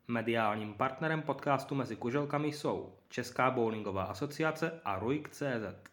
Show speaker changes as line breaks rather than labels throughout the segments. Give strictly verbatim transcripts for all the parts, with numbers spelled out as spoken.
Mediálním partnerem podcastu Mezi kuželkami jsou Česká bowlingová asociace a Ruik tečka cé zet.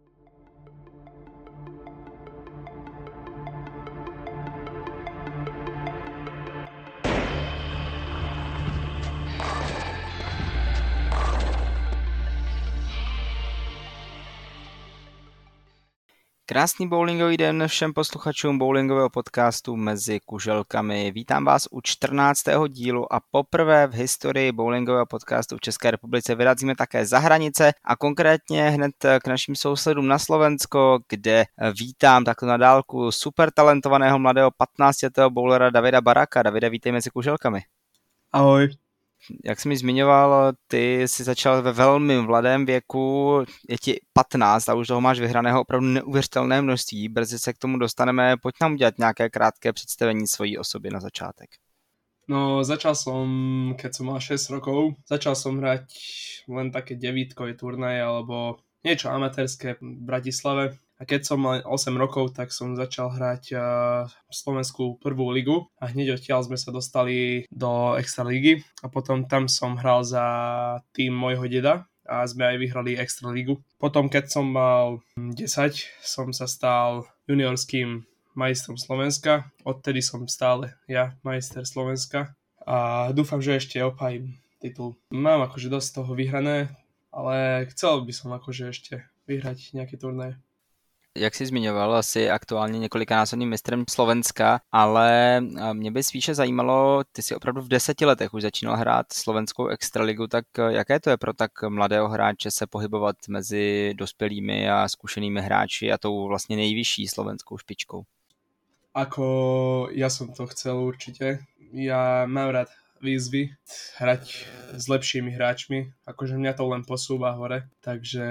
Krásný bowlingový den všem posluchačům bowlingového podcastu Mezi kuželkami. Vítám vás u čtrnáctého dílu a poprvé v historii bowlingového podcastu v České republice vyrazíme také za hranice a konkrétně hned k našim sousedům na Slovensko, kde vítám takto na dálku super talentovaného mladého patnáctiletého bowlera Davida Baraka. Davide, vítej mezi kuželkami.
Ahoj.
Jak jsi mi zmiňoval, ty jsi začal ve velmi mladém věku, je ti patnáct a už toho máš vyhraného opravdu neuvěřitelné množství. Brzy se k tomu dostaneme, pojď nám udělat nějaké krátké představení svojí osoby na začátek.
No, začal som, keď som mal šesť rokov, začal som hrať len také devítkové turnaje alebo niečo amatérske v Bratislave. A keď som mal osem rokov, tak som začal hrať uh, slovenskú prvú ligu a hneď odtiaľ sme sa dostali do extraligy a potom tam som hral za tým môjho deda a sme aj vyhrali extraligu. Potom keď som mal desať, som sa stal juniorským majstrom Slovenska. Odtedy som stále ja majster Slovenska a dúfam, že ešte opájim titul. Mám akože dosť toho vyhrané, ale chcel by som akože ešte vyhrať nejaké turnaje.
Jak jsi zmiňoval, asi aktuálně několikanásobným mistrem Slovenska, ale mě by spíše zajímalo, ty jsi opravdu v deseti letech už začínal hrát slovenskou extraligu, tak jaké to je pro tak mladého hráče se pohybovat mezi dospělými a zkušenými hráči a tou vlastně nejvyšší slovenskou špičkou?
Ako ja som to chcel určite. Ja mám rád výzvy, hrať s lepšími hráčmi, akože mňa to len posúva hore, takže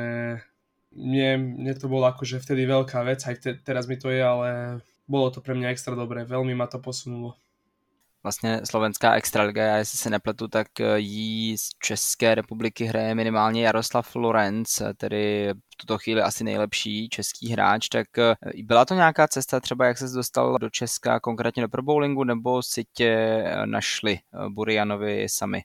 Mne, mne to bolo akože vtedy veľká vec, aj te, teraz mi to je, ale bolo to pre mňa extra dobré, veľmi ma to posunulo.
Vlastně slovenská extraliga, já jestli se nepletu, tak jí z České republiky hraje minimálně Jaroslav Lorenc, tedy v tuto chvíli asi nejlepší český hráč, tak byla to nějaká cesta třeba, jak ses dostal do Česka, konkrétně do pro bowlingu, nebo si tě našli Burianovi sami?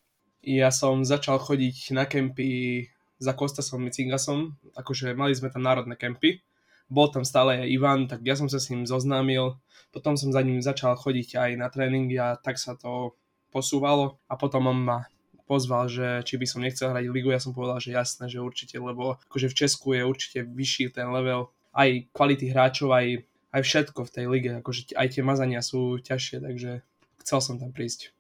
Ja som začal chodiť na kempy za Kostasom Micingasom, akože mali sme tam národné kempy, bol tam stále aj Ivan, tak ja som sa s ním zoznámil, potom som za ním začal chodiť aj na tréningy a tak sa to posúvalo a potom on ma pozval, že či by som nechcel hrať ligu, ja som povedal, že jasné, že určite, lebo akože v Česku je určite vyšší ten level, aj kvality hráčov, aj, aj všetko v tej lige, akože aj tie mazania sú ťažšie, takže chcel som tam prísť.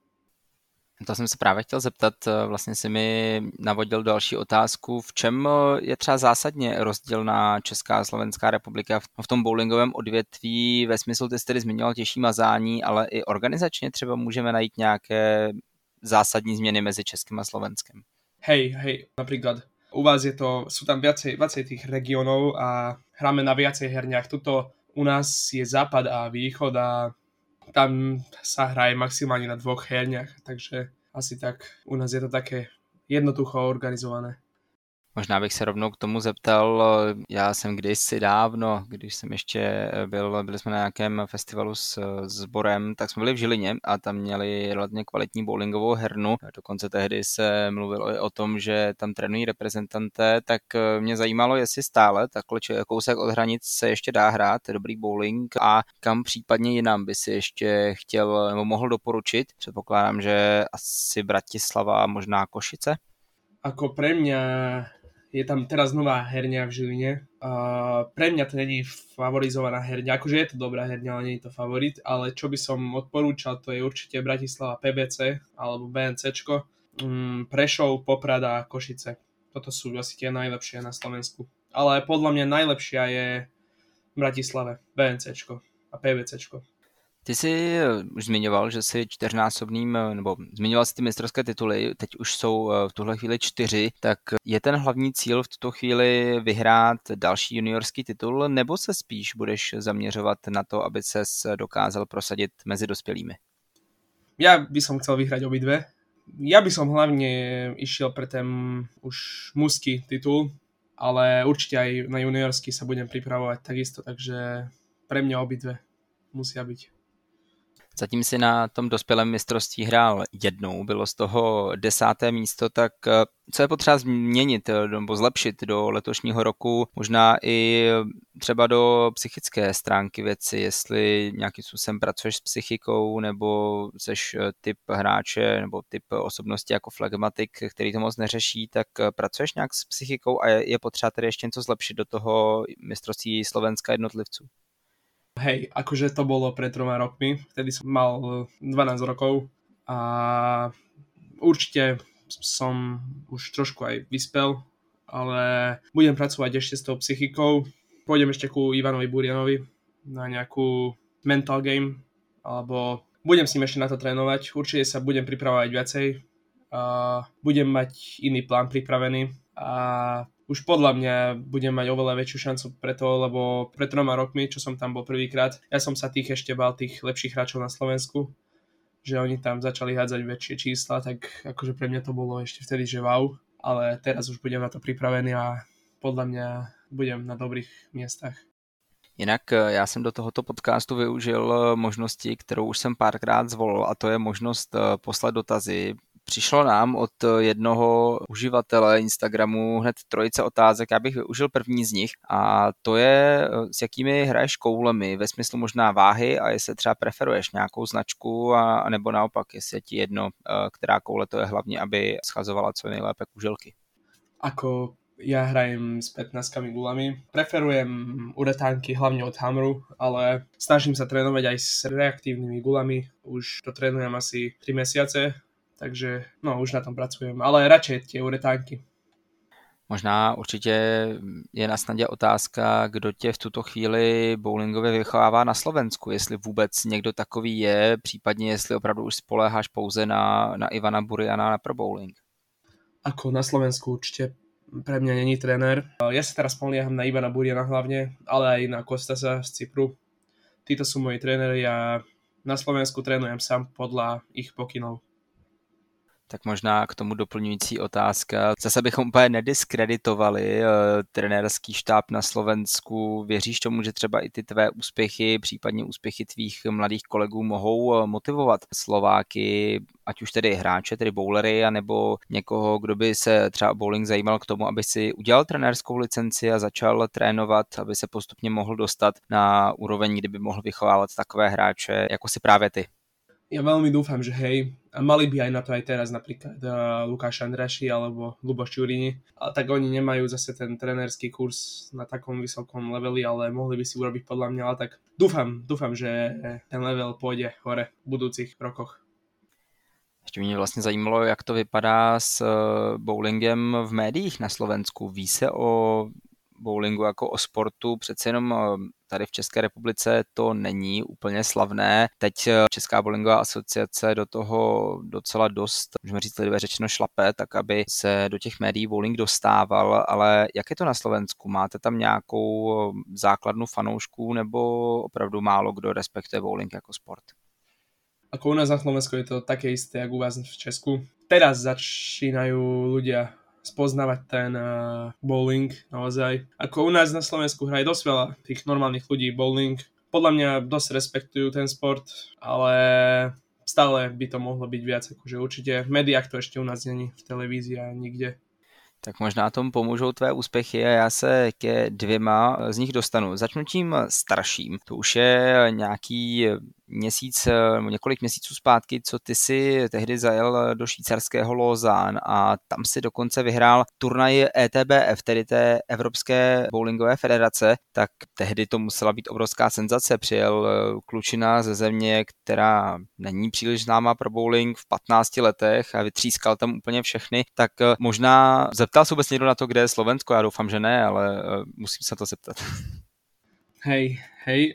To jsem se právě chtěl zeptat, vlastně si mi navodil další otázku, v čem je třeba zásadně rozdílná Česká a Slovenská republika v tom bowlingovém odvětví, ve smyslu, ty jsi tedy zmiňoval těžší mazání, ale i organizačně třeba můžeme najít nějaké zásadní změny mezi Českým a Slovenskem.
Hej, hej, napríklad u vás je to, sú tam viacej, viacej tých regiónov a hráme na viacej herniach. Tuto u nás je západ a východ a tam sa hraje maximálne na dvoch herniach, takže asi tak u nás je to také jednoducho organizované.
Možná bych se rovnou k tomu zeptal, já jsem kdysi dávno, když jsem ještě byl, byli jsme na nějakém festivalu s sborem, tak jsme byli v Žilině a tam měli relativně kvalitní bowlingovou hernu. Dokonce tehdy se mluvilo i o tom, že tam trénují reprezentanté, tak mě zajímalo, jestli stále takhle kousek od hranic se ještě dá hrát dobrý bowling a kam případně jinam by si ještě chtěl nebo mohl doporučit. Předpokládám, že asi Bratislava a možná Košice.
Ako pre mňa je tam teraz nová herňa v Žiline. Uh, pre mňa to není favorizovaná herňa, akože je to dobrá herňa, ale nie je to favorit, ale čo by som odporúčal, to je určite Bratislava P B C alebo BNCčko, um, Prešov, Poprad a Košice. Toto sú asi tie najlepšie na Slovensku. Ale podľa mňa najlepšia je v Bratislave BNCčko a PBCčko.
Ty jsi už zmiňoval, že jsi čtyřnásobným, nebo zmiňoval jsi ty mistrovské tituly, teď už jsou v tuhle chvíli čtyři, tak je ten hlavní cíl v tuto chvíli vyhrát další juniorský titul, nebo se spíš budeš zaměřovat na to, aby ses dokázal prosadit mezi dospělými?
Ja by som chcel vyhrať obidve. Ja by som hlavne išiel pre ten už mužský titul, ale určite aj na juniorský sa budem pripravovať takisto, takže pre mňa obidve musia byť.
Zatím si na tom dospělém mistrovství hrál jednou, bylo z toho desáté místo, tak co je potřeba změnit nebo zlepšit do letošního roku, možná i třeba do psychické stránky věci, jestli nějakým způsobem pracuješ s psychikou, nebo seš typ hráče nebo typ osobnosti jako flegmatik, který to moc neřeší, tak pracuješ nějak s psychikou a je potřeba tedy ještě něco zlepšit do toho mistrovství Slovenska jednotlivců?
Hej, akože to bolo pred troma rokmi, vtedy som mal dvanásť rokov a určite som už trošku aj vyspel, ale budem pracovať ešte s tou psychikou. Pôjdem ešte ku Ivanovi Burianovi na nejakú mental game, alebo budem s ním ešte na to trénovať. Určite sa budem pripravovať viacej, a budem mať iný plán pripravený a už podľa mňa budem mať oveľa väčšiu šancu preto, lebo pred troma rokmi, čo som tam bol prvýkrát, ja som sa tých ešte bál, tých lepších hráčov na Slovensku, že oni tam začali hádzať väčšie čísla, tak akože pre mňa to bolo ešte vtedy, že wow, ale teraz už budem na to pripravený a podľa mňa budem na dobrých miestach.
Jinak já jsem do tohoto podcastu využil možnosti, kterou už jsem párkrát zvolil, a to je možnost poslat dotazy. Přišlo nám od jednoho uživatele Instagramu hned trojice otázek, já bych využil první z nich a to je, s jakými hraješ koulemi, ve smyslu možná váhy a jestli třeba preferuješ nějakou značku a, nebo naopak, jestli je ti jedno, která koule to je hlavně, aby schazovala co nejlépe kuželky.
Ako ja hrajem s pätnástimi gulami, preferujem uretánky hlavne od Hammeru, ale snažím sa trénovať aj s reaktívnymi gulami, už to trénujem asi tri mesiace, takže no, už na tom pracujem, ale radšej tie uretánky.
Možná určitě je na snadě otázka, kdo tě v tuto chvíli bowlingově vychovává na Slovensku, jestli vůbec někdo takový je, případně jestli opravdu už spoléháš pouze na, na Ivana Buriana na Pro Bowling.
Ako na Slovensku určite pre mňa není tréner. Ja sa teraz spolieham na Ivana Buriana hlavne, ale aj na Kostasa z Cypru. Títo sú moji tréneri a na Slovensku trénujem sám podľa ich pokynov.
Tak možná k tomu doplňující otázka. Zase bychom úplně nediskreditovali uh, trenérský štáb na Slovensku. Věříš tomu, že třeba i ty tvé úspěchy, případně úspěchy tvých mladých kolegů mohou uh, motivovat Slováky, ať už tedy hráče, tedy bowlery, anebo někoho, kdo by se třeba bowling zajímal k tomu, aby si udělal trenérskou licenci a začal trénovat, aby se postupně mohl dostat na úroveň, kde by mohl vychovávat takové hráče, jako si právě ty?
Ja veľmi dúfam, že hej, a mali by aj na to aj teraz napríklad uh, Lukáš Andraši alebo Luboš Čurini, ale tak oni nemajú zase ten trenerský kurz na takom vysokom leveli, ale mohli by si urobiť podľa mňa, ale tak dúfam, dúfam, že ten level pôjde hore v budúcich rokoch.
Ještě mě vlastně zajímalo, jak to vypadá s bowlingem v médiích na Slovensku. Ví se o bowlingu jako o sportu, přece jenom tady v České republice to není úplně slavné. Teď Česká bowlingová asociace do toho docela dost, můžeme říct lidově řečeno, šlape, tak aby se do těch médií bowling dostával, ale jak je to na Slovensku? Máte tam nějakou základnu fanoušků nebo opravdu málo kdo respektuje bowling jako sport?
Ako u nás na Slovensku je to také isté, jak u vás v Česku. Teraz začínajú ľudia spoznávať ten uh, bowling naozaj. Ako u nás na Slovensku hraje dosť veľa tých normálnych ľudí bowling. Podľa mňa dosť respektujú ten sport, ale stále by to mohlo byť viac. Akože určite v médiách to ešte u nás není, v televízii a nikde.
Tak možná tomu pomůžou tvé úspěchy a já se ke dvěma z nich dostanu. Začnu tím starším. To už je nějaký měsíc, několik měsíců zpátky, co ty si tehdy zajel do švýcarského Lausanne a tam si dokonce vyhrál turnaj E T B F, tedy té Evropské bowlingové federace, tak tehdy to musela být obrovská senzace. Přijel klučina ze země, která není příliš známá pro bowling v patnácti letech a vytřískal tam úplně všechny, tak možná zeptal se vůbec někdo na to, kde je Slovensko? Já doufám, že ne, ale musím se to zeptat.
Hej, hej,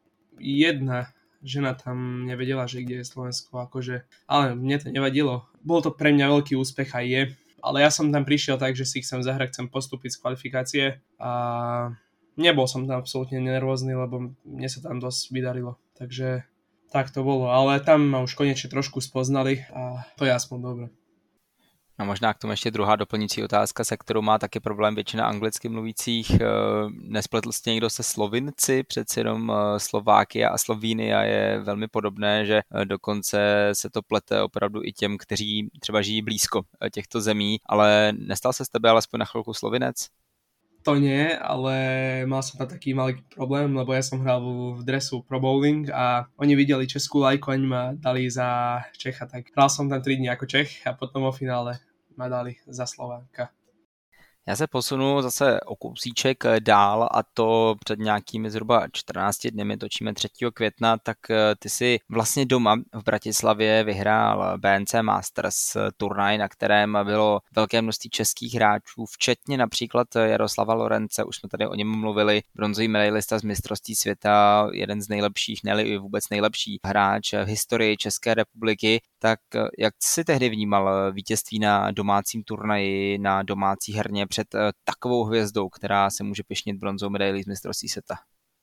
jedna žena tam nevedela, že kde je Slovensko, akože, ale mne to nevadilo. Bol to pre mňa veľký úspech aj je, ale ja som tam prišiel tak, že si chcem zahrať, chcem postúpiť z kvalifikácie a nebol som tam absolútne nervózny, lebo mne sa tam dosť vydarilo, takže tak to bolo, ale tam ma už konečne trošku spoznali a to je aspoň dobre.
A možná k tomu ještě druhá doplňující otázka, se kterou má taky problém většina anglicky mluvících. Nespletl jste někdo se Slovinci? Přeci jenom Slovákia a Slovínia je velmi podobné, že dokonce se to plete opravdu i těm, kteří třeba žijí blízko těchto zemí, ale nestal se z tebe alespoň na chvilku Slovinec?
To nie, ale mal som tam taký malý problém, lebo ja som hral v dresu Pro Bowling a oni videli českú lajku, oni ma dali za Čecha, tak hral som tam tri dní ako Čech a potom vo finále ma dali za Slováka.
Já se posunu zase o kousíček dál a to před nějakými zhruba čtrnácti dny, my točíme třetího května, tak ty si vlastně doma v Bratislavě vyhrál B N C Masters turnaj, na kterém bylo velké množství českých hráčů, včetně například Jaroslava Lorence, už jsme tady o něm mluvili, bronzový medailista z mistrovství světa, jeden z nejlepších, ne vůbec nejlepší hráč v historii České republiky. Tak jak jsi tehdy vnímal vítězství na domácím turnaji, na domácí herně před takovou hvězdou, která se může pyšnit bronzovou medailí z mistrovství světa?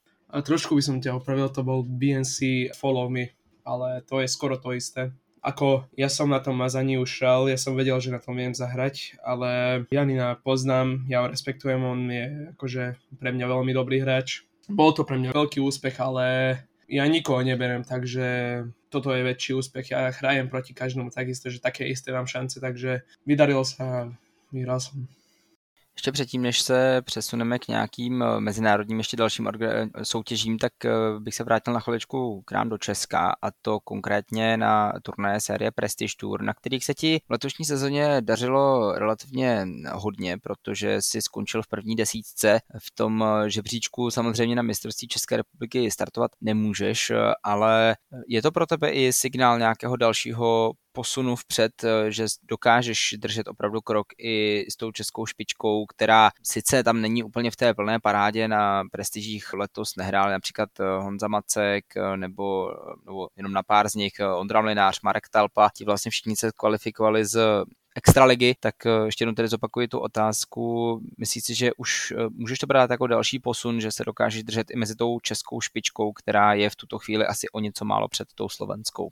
A trošku by som ťa opravil, to bol B N C Follow Me, ale to je skoro to isté. Ako ja som na tom mazaní už šel, ja som vedel, že na tom viem zahrať, ale Janina poznám, ja ho respektujem, on je akože pre mňa veľmi dobrý hráč. Bol to pre mňa veľký úspech, ale ja nikoho neberem, takže toto je väčší úspech. Ja hrajem proti každému takisto, že také isté mám šance, takže vydarilo sa a vyhral som.
Ještě předtím, než se přesuneme k nějakým mezinárodním ještě dalším soutěžím, tak bych se vrátil na chviličku k nám do Česka, a to konkrétně na turnaje série Prestige Tour, na kterých se ti v letošní sezóně dařilo relativně hodně, protože si skončil v první desítce. V tom žebříčku samozřejmě na mistrovství České republiky startovat nemůžeš, ale je to pro tebe i signál nějakého dalšího posunu vpřed, že dokážeš držet opravdu krok i s tou českou špičkou, která sice tam není úplně v té plné parádě, na prestižích letos nehrál například Honza Macek nebo, nebo jenom na pár z nich Ondra Mlynář, Marek Talpa, ti vlastně všichni se kvalifikovali z extraligy, tak ještě jednou tedy zopakuji tu otázku. Myslíš si, že už můžeš to brát jako další posun, že se dokážeš držet i mezi tou českou špičkou, která je v tuto chvíli asi o něco málo před tou slovenskou?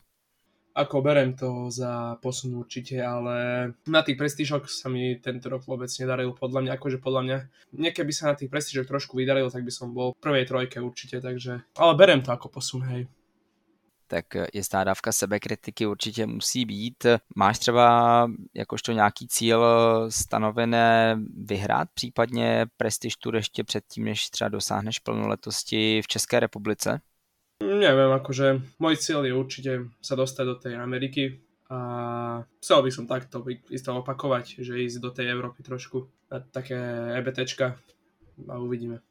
Ako berem to za posun určite, ale na tých prestížoch sa mi tento rok vôbec nedarilo, podľa mňa, akože podľa mňa, niekedy sa na tých prestížoch trošku vydarilo, tak by som bol v prvej trojke určite, takže, ale berem to ako posun, hej.
Tak jistá dávka sebekritiky určitě musí být. Máš třeba jakožto nějaký cíl stanovené vyhrát případně Prestige Tour ještě předtím, než třeba dosáhneš plnoletosti v České republice?
Neviem, akože môj cieľ je určite sa dostať do tej Ameriky a chcel by som takto isto opakovať, že ísť do tej Európy trošku na také EBTčka a uvidíme.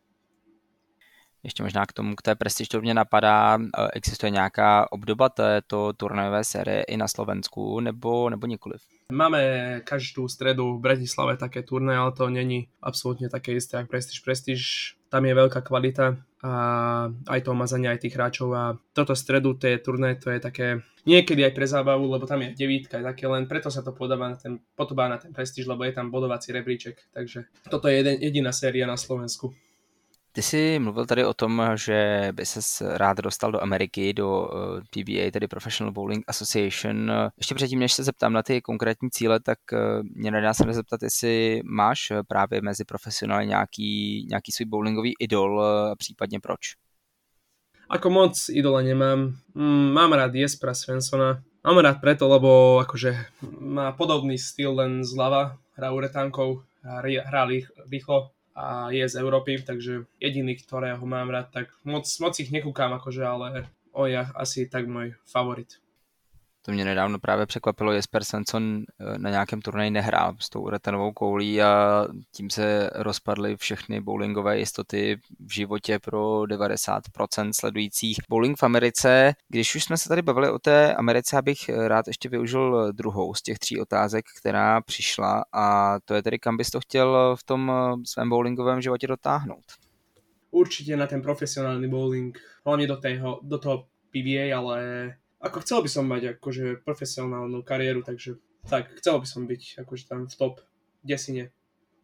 Ještě možná k tomu, k té Prestige Tour mě napadá, existuje nějaká obdoba této turnajové série i na Slovensku, nebo, nebo nikoliv?
Máme každú stredu v Bratislave také turnaje, ale to není absolútne také isté ako Prestige. Prestige, tam je veľká kvalita a aj to mazania, aj tých hráčov a toto stredu, tie turnaje, to je také niekedy aj pre zábavu, lebo tam je devítka, také len preto sa to podobá na ten, podobá na ten Prestige, lebo je tam bodovací rebríček, takže toto je jeden, jediná séria na Slovensku.
Ty jsi mluvil tady o tom, že by ses rád dostal do Ameriky, do P B A, tedy Professional Bowling Association. Ještě předtím, než se zeptám na ty konkrétní cíle, tak mě nedá se nezeptat, jestli máš právě mezi profesionály nějaký, nějaký svůj bowlingový idol, případně proč?
Ako moc idola nemám. Mám rád Jespera Svenssona. Mám rád preto, lebo akože má podobný styl, len zľava, hrá uretánkou, hrá rýchlo a je z Európy, takže jediný, ktorého mám rád, tak moc, moc ich nekúkam, akože, ale on je asi tak môj favorit.
To mě nedávno právě překvapilo, Jesper Svensson na nějakém turnaji nehrál s tou uretanovou koulí a tím se rozpadly všechny bowlingové jistoty v životě pro devadesát procent sledujících bowling v Americe. Když už jsme se tady bavili o té Americe, abych rád ještě využil druhou z těch tří otázek, která přišla, a to je tedy, kam bys to chtěl v tom svém bowlingovém životě dotáhnout?
Určite na ten profesionálny bowling, hlavne do, tého, do toho P B A, ale ako chcel by som mať akože profesionálnu kariéru, takže tak, chcel by som byť akože tam v top desine.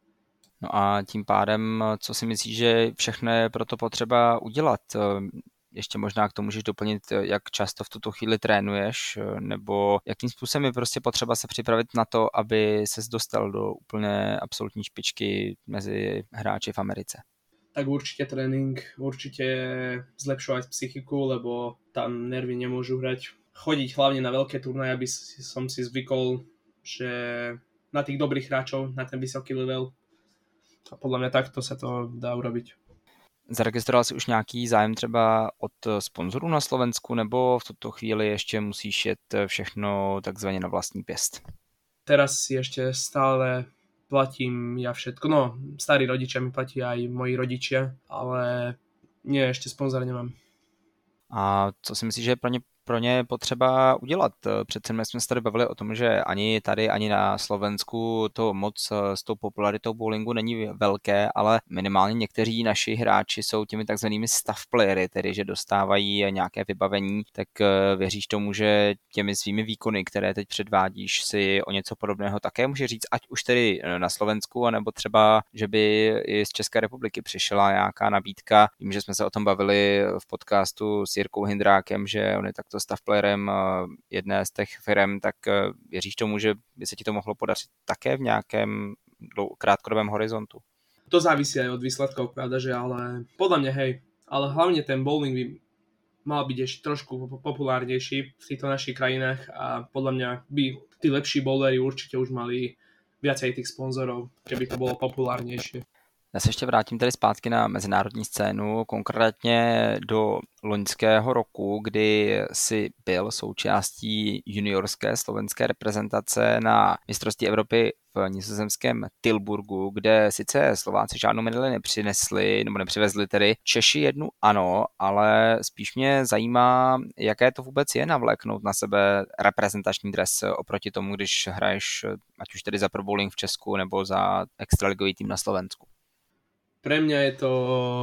No a tím pádem, co si myslíš, že všechno je pro to potřeba udělat? ještě možná k tomu můžeš doplnit, jak často v tuto chvíli trénuješ, nebo jakým způsobem je prostě potřeba se připravit na to, aby ses dostal do úplně absolutní špičky mezi hráči v Americe.
Tak určite tréning, určite zlepšovať psychiku, lebo tam nervy nemôžu hrať. Chodiť hlavne na veľké turnaje, aby som si zvykol, že na tých dobrých hráčov, na ten vysoký level. A podľa mňa takto sa to dá urobiť.
Zaregistroval jsi už nějaký zájem třeba od sponzorů na Slovensku, nebo v tuto chvíli ještě musíš jet všechno takzvaně na vlastní pěst?
Teraz si ešte stále platím ja všetko. No, starí rodičia mi platí aj moji rodičia, ale nie, ešte sponzor nemám.
A co si myslíš, že je pro ně, pro ně potřeba udělat? Přece my jsme se tady bavili o tom, že ani tady, ani na Slovensku to moc s tou popularitou bowlingu není velké, ale minimálně někteří naši hráči jsou těmi takzvanými staff playery, tedy že dostávají nějaké vybavení, tak věříš tomu, že těmi svými výkony, které teď předvádíš, si o něco podobného také může říct, ať už tedy na Slovensku, anebo třeba, že by i z České republiky přišla nějaká nabídka. Vím, že jsme se o tom bavili v podcastu s Jirkou Hindrákem, že on je takto staff playerem jedné z těch firm, tak věříš tomu, že by se ti to mohlo podařit také v nějakém krátkodobém horizontu?
To závisí aj od výsledkov, pravda, že ale podľa mňa hej, ale hlavne ten bowling by mal byť ešte trošku populárnejší v týchto našich krajinách a podľa mňa by tí lepší bowleri určite už mali viacej tých sponzorov, keby to bolo populárnejšie.
Já se ještě vrátím tady zpátky na mezinárodní scénu, konkrétně do loňského roku, kdy si byl součástí juniorské slovenské reprezentace na mistrovství Evropy v nizozemském Tilburgu, kde sice Slováci žádnou medaili nepřinesli, nebo nepřivezli tedy, Češi jednu ano, ale spíš mě zajímá, jaké to vůbec je navléknout na sebe reprezentační dres oproti tomu, když hraješ ať už tedy za Pro Bowling v Česku nebo za extraligový tým na Slovensku.
Pre mňa je to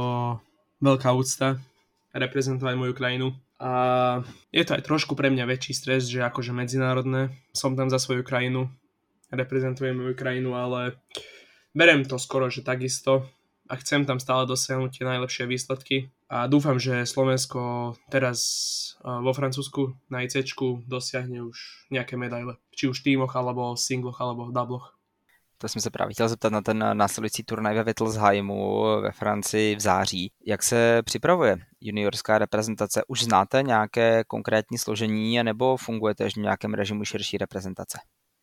veľká úcta reprezentovať moju krajinu a je to aj trošku pre mňa väčší stres, že akože medzinárodné som tam za svoju krajinu, reprezentujem moju krajinu, ale berem to skoro, že takisto a chcem tam stále dosiahnuť tie najlepšie výsledky a dúfam, že Slovensko teraz vo Francúzsku na ICčku dosiahne už nejaké medaile, či už v tímoch, alebo singloch, alebo v doubloch.
To jsem se právě chtěl zeptat na ten následující turnaj ve Wittelsheimu ve Francii v září. Jak se připravuje juniorská reprezentace? Už znáte nějaké konkrétní složení, nebo fungujete v nějakém režimu širší reprezentace?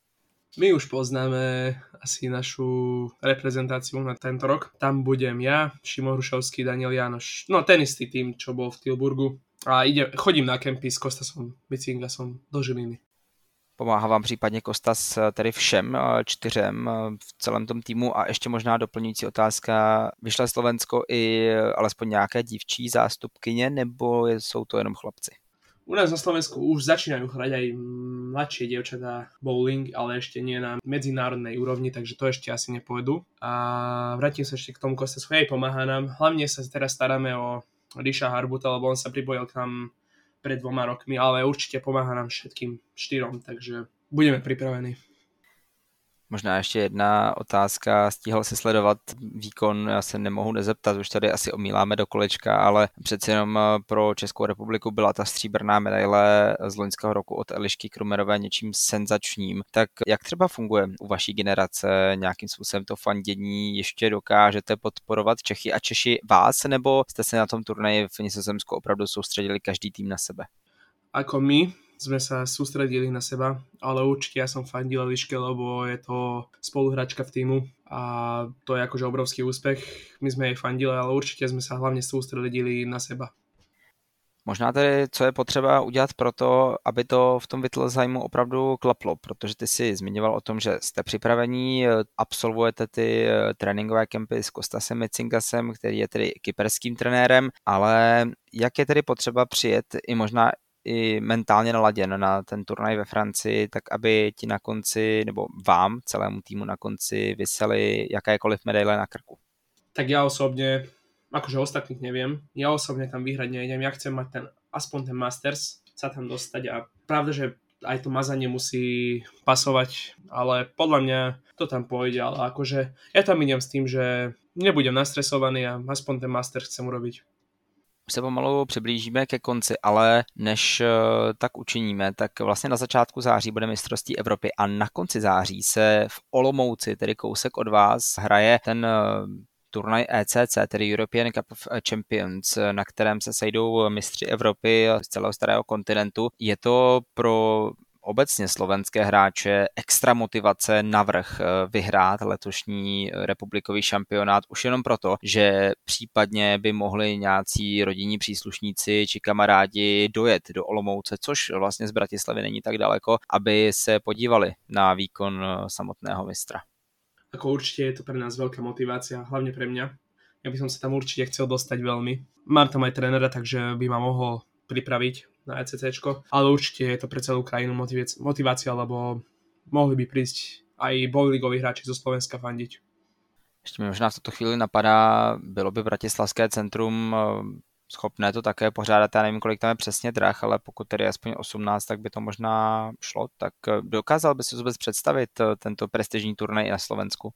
My už poznáme asi našu reprezentáciu na tento rok. Tam budem ja, Šimon Hrušovský, Daniel Janoš, no ten istý tým, čo bol v Tilburgu. A ide, chodím na kempy s Kostasom Bicingasom do Žiliny.
Pomáhá vám případně Kostas tedy všem čtyřem v celém tom týmu a ještě možná doplňující otázka, vyšle Slovensko i alespoň nějaké dívčí zástupkyně, nebo jsou to jenom chlapci?
U nás na Slovensku už začínajú hrať aj mladšie dievčatá bowling, ale ešte nie na medzinárodnej úrovni, takže to ešte asi nepôjdu. A vrátim sa ešte k tomu Kostasu, aj pomáha nám. Hlavne sa teraz staráme o Ríša Harbuta, lebo on sa pripojil k nám pred dvoma rokmi, ale určite pomáha nám všetkým štyrom, takže budeme pripravení.
Možná ještě jedna otázka, stíhal si sledovat výkon, já se nemohu nezeptat, už tady asi omíláme do kolečka, ale přeci jenom pro Českou republiku byla ta stříbrná medaile z loňského roku od Elišky Krumerové něčím senzačním. Tak jak třeba funguje u vaší generace nějakým způsobem to fandění, ještě dokážete podporovat Čechy a Češi vás, nebo jste se na tom turnaji v Nizozemsku opravdu soustředili každý tým na sebe?
Ako my sme sa sústredili na seba, ale určite ja som fandil Eliške, lebo je to spoluhráčka v týmu a to je akože obrovský úspech. My sme jej fandili, ale určite sme sa hlavne sústredili na seba.
Možná tedy, co je potřeba udělat pro to, aby to v tom Wittelsheimu opravdu klaplo, protože ty si zmiňoval o tom, že jste připravení, absolvujete ty tréninkové kempy s Kostasem Mitzingasem, který je tedy kyperským trenérem, ale jak je tedy potřeba přijet i možná i mentálně naladěn na ten turnaj ve Francii, tak aby ti na konci, nebo vám, celému týmu na konci vysely jakékoliv medaile na krku?
Tak ja osobne, akože ostatných neviem, ja osobne tam vyhrať nejdem, ja chcem mať ten, aspoň ten Masters, sa tam dostať a pravda, že aj to mazanie musí pasovať, ale podľa mňa to tam pôjde, ale akože ja tam idem s tým, že nebudem nastresovaný a aspoň ten Masters chcem urobiť.
Už se pomalu přiblížíme ke konci, ale než tak učiníme, tak vlastně na začátku září bude mistrovství Evropy a na konci září se v Olomouci, tedy kousek od vás, hraje ten turnaj E C C, tedy European Cup of Champions, na kterém se sejdou mistři Evropy z celého starého kontinentu. Je to pro obecně slovenské hráče extra motivace navrch vyhrát letošní republikový šampionát už jenom proto, že případně by mohli nějací rodinní příslušníci či kamarádi dojet do Olomouce, což vlastně z Bratislavy není tak daleko, aby se podívali na výkon samotného mistra.
Ako určite je to pre nás veľká motivácia, hlavne pre mňa. Ja by som sa tam určite chcel dostať veľmi. Mám tam aj trénera, takže by ma mohol pripraviť na ECCčko, ale určite je to pre celú krajinu motivácia, lebo mohli by prísť aj bowlingoví hráči zo Slovenska fandiť.
Ještě mi možná v tuto chvíli napadá, bylo by Bratislavské centrum schopné to také pořádat, já nevím, kolik tam je přesně drah, ale pokud tedy je aspoň osmnáct, tak by to možná šlo. Tak dokázal by si vůbec představit tento prestižní turnaj na Slovensku?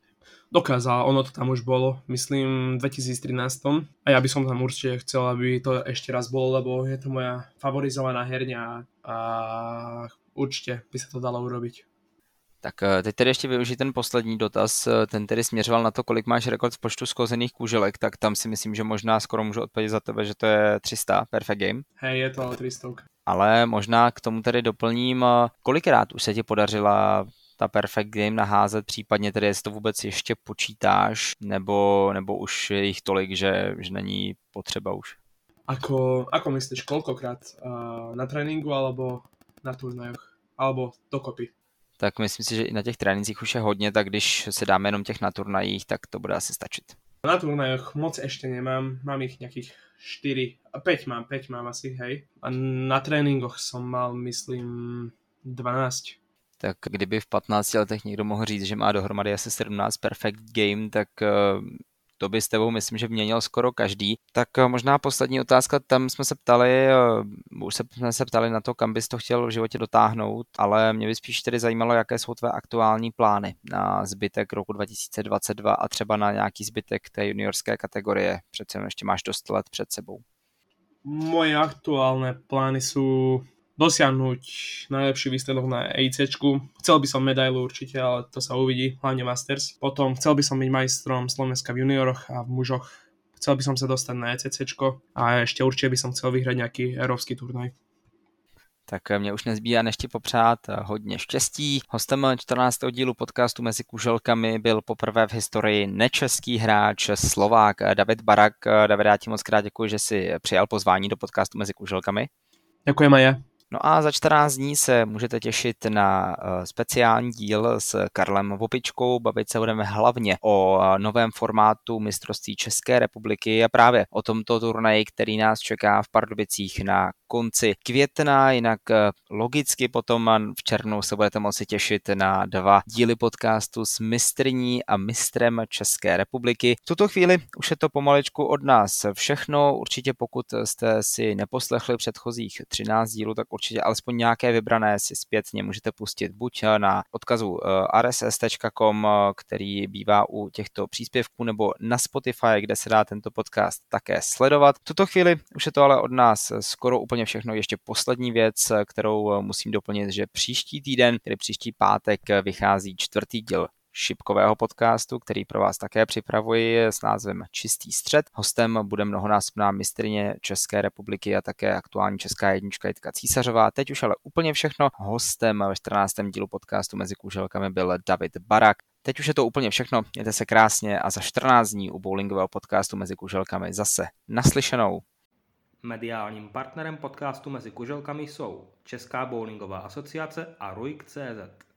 Dokázal, ono to tam už bolo, myslím, v dvetisíctrinásť a ja by som tam určite chcel, aby to ešte raz bolo, lebo je to moja favorizovaná herňa a určite by sa to dalo urobiť.
Tak teď tedy ještě využij ten poslední dotaz, ten tedy směřoval na to, kolik máš rekord v počtu skozených kůželek, tak tam si myslím, že možná skoro můžu odpovědět za tebe, že to je tři sta, perfect game.
Hej, je to ale tři sta.
Ale možná k tomu tedy doplním, kolikrát už se ti podařila ta perfect game naházet, případně tedy jestli to vůbec ještě počítáš, nebo, nebo už je jich tolik, že, že není potřeba už.
Ako, ako myslíš, koľkokrát? Uh, na tréninku alebo na turnajoch? Alebo dokopy?
Tak myslím si, že i na těch trénincích už je hodně, tak když se dáme jenom těch na turnajích, tak to bude asi stačit. Na
turnajoch moc ešte nemám, mám ich nejakých štyri, päť mám, päť mám asi, hej. A na tréninkoch som mal, myslím, dvanásť.
Tak kdyby v patnácti letech někdo mohl říct, že má dohromady asi sedmnáct perfect game, tak to by s tebou myslím, že měnil skoro každý. Tak možná poslední otázka, tam jsme se ptali, už jsme se ptali na to, kam bys to chtěl v životě dotáhnout, ale mě by spíš tedy zajímalo, jaké jsou tvé aktuální plány na zbytek roku dva tisíce dvacet dva a třeba na nějaký zbytek té juniorské kategorie. Přece ještě máš dost let před sebou.
Moje aktuálne plány sú dosiahnuť najlepší výsledok na EICčku. Chcel by som medailu určite, ale to sa uvidí, hlavne Masters. Potom chcel by som byť majstrom Slovenska v junioroch a v mužoch. Chcel by som sa dostať na ECCčko a ešte určite by som chcel vyhrať nejaký európsky turnaj.
Tak mě už nezbývá než ti popřát hodně štěstí. Hostem čtrnáctého dílu podcastu Mezi kuželkami byl poprvé v historii nečeský hráč Slovák David Barak. David, já ti moc krát děkuji, že jsi přijal pozvání do podcastu Mezi kuželkami.
Ďakujem aj ja.
No a za čtrnáct dní se můžete těšit na speciální díl s Karlem Vopičkou. Bavit se budeme hlavně o novém formátu mistrovství České republiky a právě o tomto turnaji, který nás čeká v Pardubicích na konci května. Jinak logicky potom v červnu se budete moci těšit na dva díly podcastu s mistryní a mistrem České republiky. V tuto chvíli už je to pomalečku od nás všechno. Určitě pokud jste si neposlechli předchozích třináct dílů, tak určitě alespoň nějaké vybrané si zpětně můžete pustit buď na odkazu r s s tečka com, který bývá u těchto příspěvků, nebo na Spotify, kde se dá tento podcast také sledovat. V tuto chvíli už je to ale od nás skoro úplně všechno. Ještě poslední věc, kterou musím doplnit, že příští týden, tedy příští pátek, vychází čtvrtý díl šipkového podcastu, který pro vás také připravuji s názvem Čistý střed. Hostem bude mnohonásobná mistryně České republiky a také aktuální česká jednička Jitka Císařová. Teď už ale úplně všechno. Hostem ve čtrnáctém dílu podcastu Mezi kuželkami byl David Barak. Teď už je to úplně všechno. Mějte se krásně a za čtrnáct dní u bowlingového podcastu Mezi kuželkami zase naslyšenou.
Mediálním partnerem podcastu Mezi kuželkami jsou Česká bowlingová asociace a Ruik tečka cé zet.